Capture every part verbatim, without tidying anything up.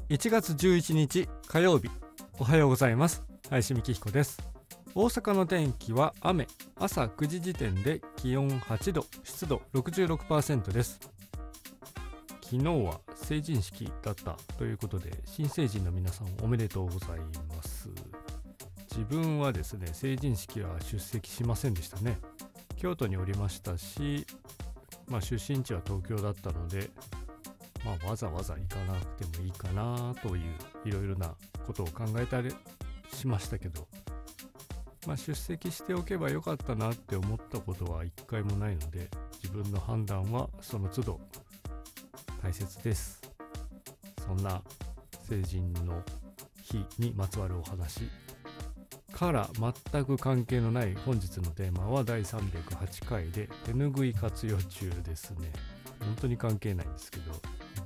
いちがつじゅういちにち火曜日、おはようございます。林美希彦です。大阪の天気は雨、朝くじ時点で気温はちど、湿度 ろくじゅうろくパーセント です。昨日は成人式だったということで、新成人の皆さんおめでとうございます。自分はですね、成人式は出席しませんでしたね。京都におりましたし、まあ、出身地は東京だったので、まあ、わざわざ行かなくてもいいかなといういろいろなことを考えたりしましたけど、まあ、出席しておけばよかったなって思ったことは一回もないので、自分の判断はその都度大切です。そんな成人の日にまつわるお話から全く関係のない本日のテーマはだいさんびゃくはちかいで手ぬぐい活用中ですね。本当に関係ないんですけど、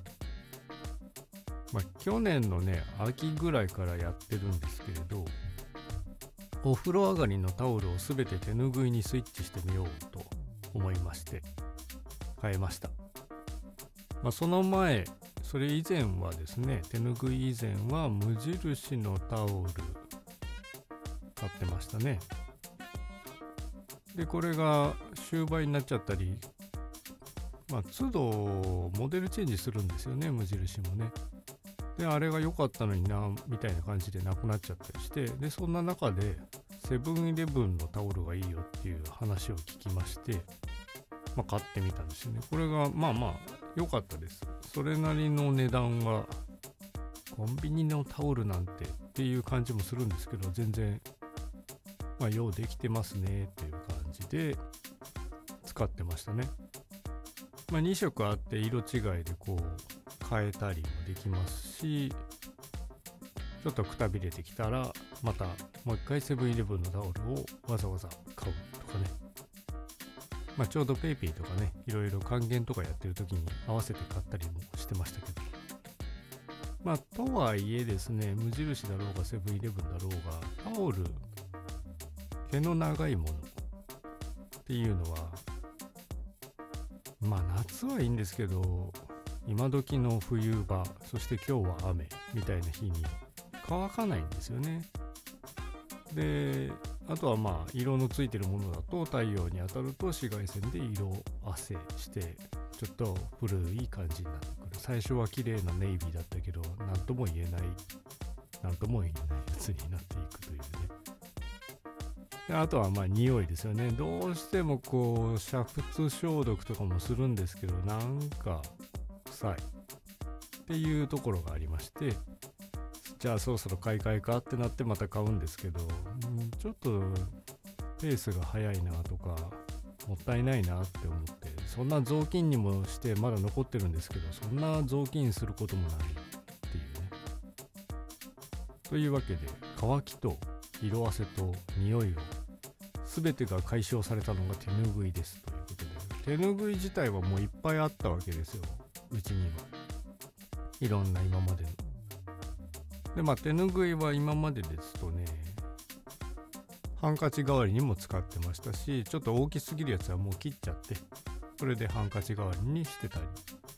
まあ、去年のね秋ぐらいからやってるんですけれど、お風呂上がりのタオルをすべて手ぬぐいにスイッチしてみようと思いまして変えました。まあ、その前それ以前はですね、手ぬぐい以前は無印のタオル買ってましたね。でこれが終売になっちゃったり、まあ都度モデルチェンジするんですよね、無印もね。であれが良かったのになみたいな感じでなくなっちゃったりして、でそんな中でセブンイレブンのタオルがいいよっていう話を聞きまして、まあ、買ってみたんですよね。これがまあまあ良かったです。それなりの値段はコンビニのタオルなんてっていう感じもするんですけど、全然まあようできてますねっていう感じで使ってましたね。まあ、にしょくあって色違いでこう変えたりもできますし、ちょっとくたびれてきたらまたもう一回セブンイレブンのタオルをわざわざ買うとかね。まあちょうどペイペイとかね、いろいろ還元とかやってる時に合わせて買ったりもしてましたけど、まあとはいえですね、無印だろうがセブンイレブンだろうがタオル毛の長いものっていうのは、まあ夏はいいんですけど、今時の冬場、そして今日は雨みたいな日に乾かないんですよね。であとはまあ色のついてるものだと太陽に当たると紫外線で色あせしてちょっと古い感じになってくる。最初は綺麗なネイビーだったけど、何とも言えない何とも言えないやつになっていくというね。であとはまあ匂いですよね。どうしてもこう煮沸消毒とかもするんですけど、なんか臭いっていうところがありまして、じゃあそろそろ買い替えかってなってまた買うんですけど、うん、ちょっとペースが早いなとかもったいないなって思って、そんな雑巾にもしてまだ残ってるんですけど、そんな雑巾することもないっていうね。というわけで乾きと色あせと匂いを全てが解消されたのが手ぬぐいですということで、手ぬぐい自体はもういっぱいあったわけですよ、うちには。いろんな今までので、まあ手ぬぐいは今までですとね、ハンカチ代わりにも使ってましたし、ちょっと大きすぎるやつはもう切っちゃってそれでハンカチ代わりにしてたり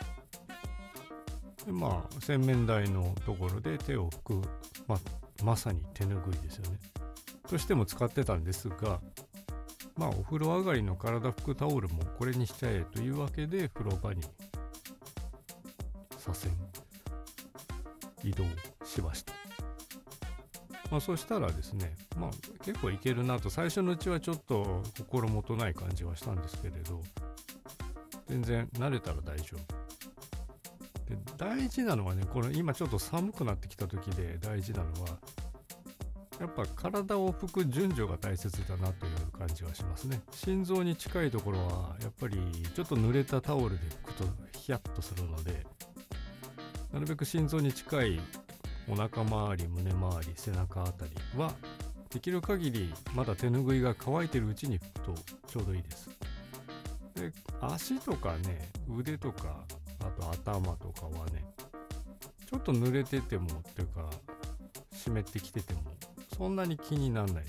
で、まあ洗面台のところで手を拭く、まあ、まさに手ぬぐいですよねとしても使ってたんですが、まあお風呂上がりの体拭くタオルもこれにしちゃえというわけで風呂場に左遷移動しました。まあそしたらですね、まあ結構いけるなと、最初のうちはちょっと心もとない感じはしたんですけれど、全然慣れたら大丈夫で、大事なのはね、これ今ちょっと寒くなってきた時で大事なのはやっぱ体を拭く順序が大切だなという感じはしますね。心臓に近いところはやっぱりちょっと濡れたタオルで拭くとヒヤッとするので、なるべく心臓に近いお腹周り、胸周り、背中あたりはできる限りまだ手ぬぐいが乾いてるうちに拭くとちょうどいいです。で、足とかね、腕とか、あと頭とかはね、ちょっと濡れててもっていうか湿ってきててもそんなに気にならないです。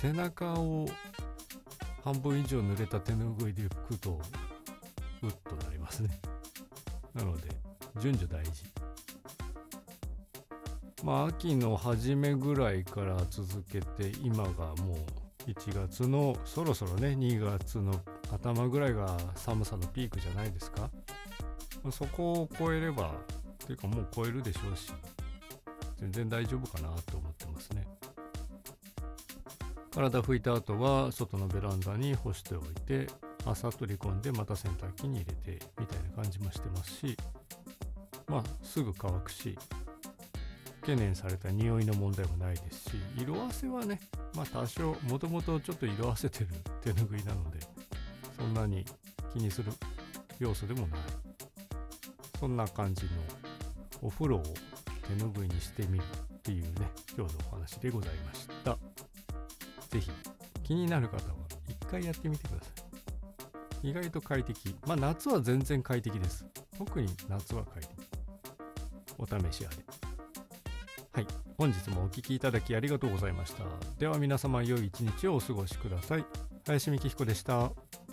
背中を半分以上濡れた手ぬぐいで拭くとうっとなりますね。なので順序大事。 まあ秋の初めぐらいから続けて、今がもういちがつのそろそろね、にがつの頭ぐらいが寒さのピークじゃないですか。そこを超えれば、というかもう超えるでしょうし、全然大丈夫かなと思ってますね。体拭いた後は外のベランダに干しておいて、朝取り込んでまた洗濯機に入れてみたいな感じもしてますし、まあすぐ乾くし、懸念された匂いの問題もないですし、色あせはね、まあ多少もともとちょっと色あせてる手ぬぐいなので、そんなに気にする要素でもない、そんな感じのお風呂を手ぬぐいにしてみるっていうね、今日のお話でございました。ぜひ気になる方は一回やってみてください。意外と快適。まあ夏は全然快適です。特に夏は快適。お試しあれ。はい、本日もお聞きいただきありがとうございました。では皆様良い一日をお過ごしください。林美希彦でした。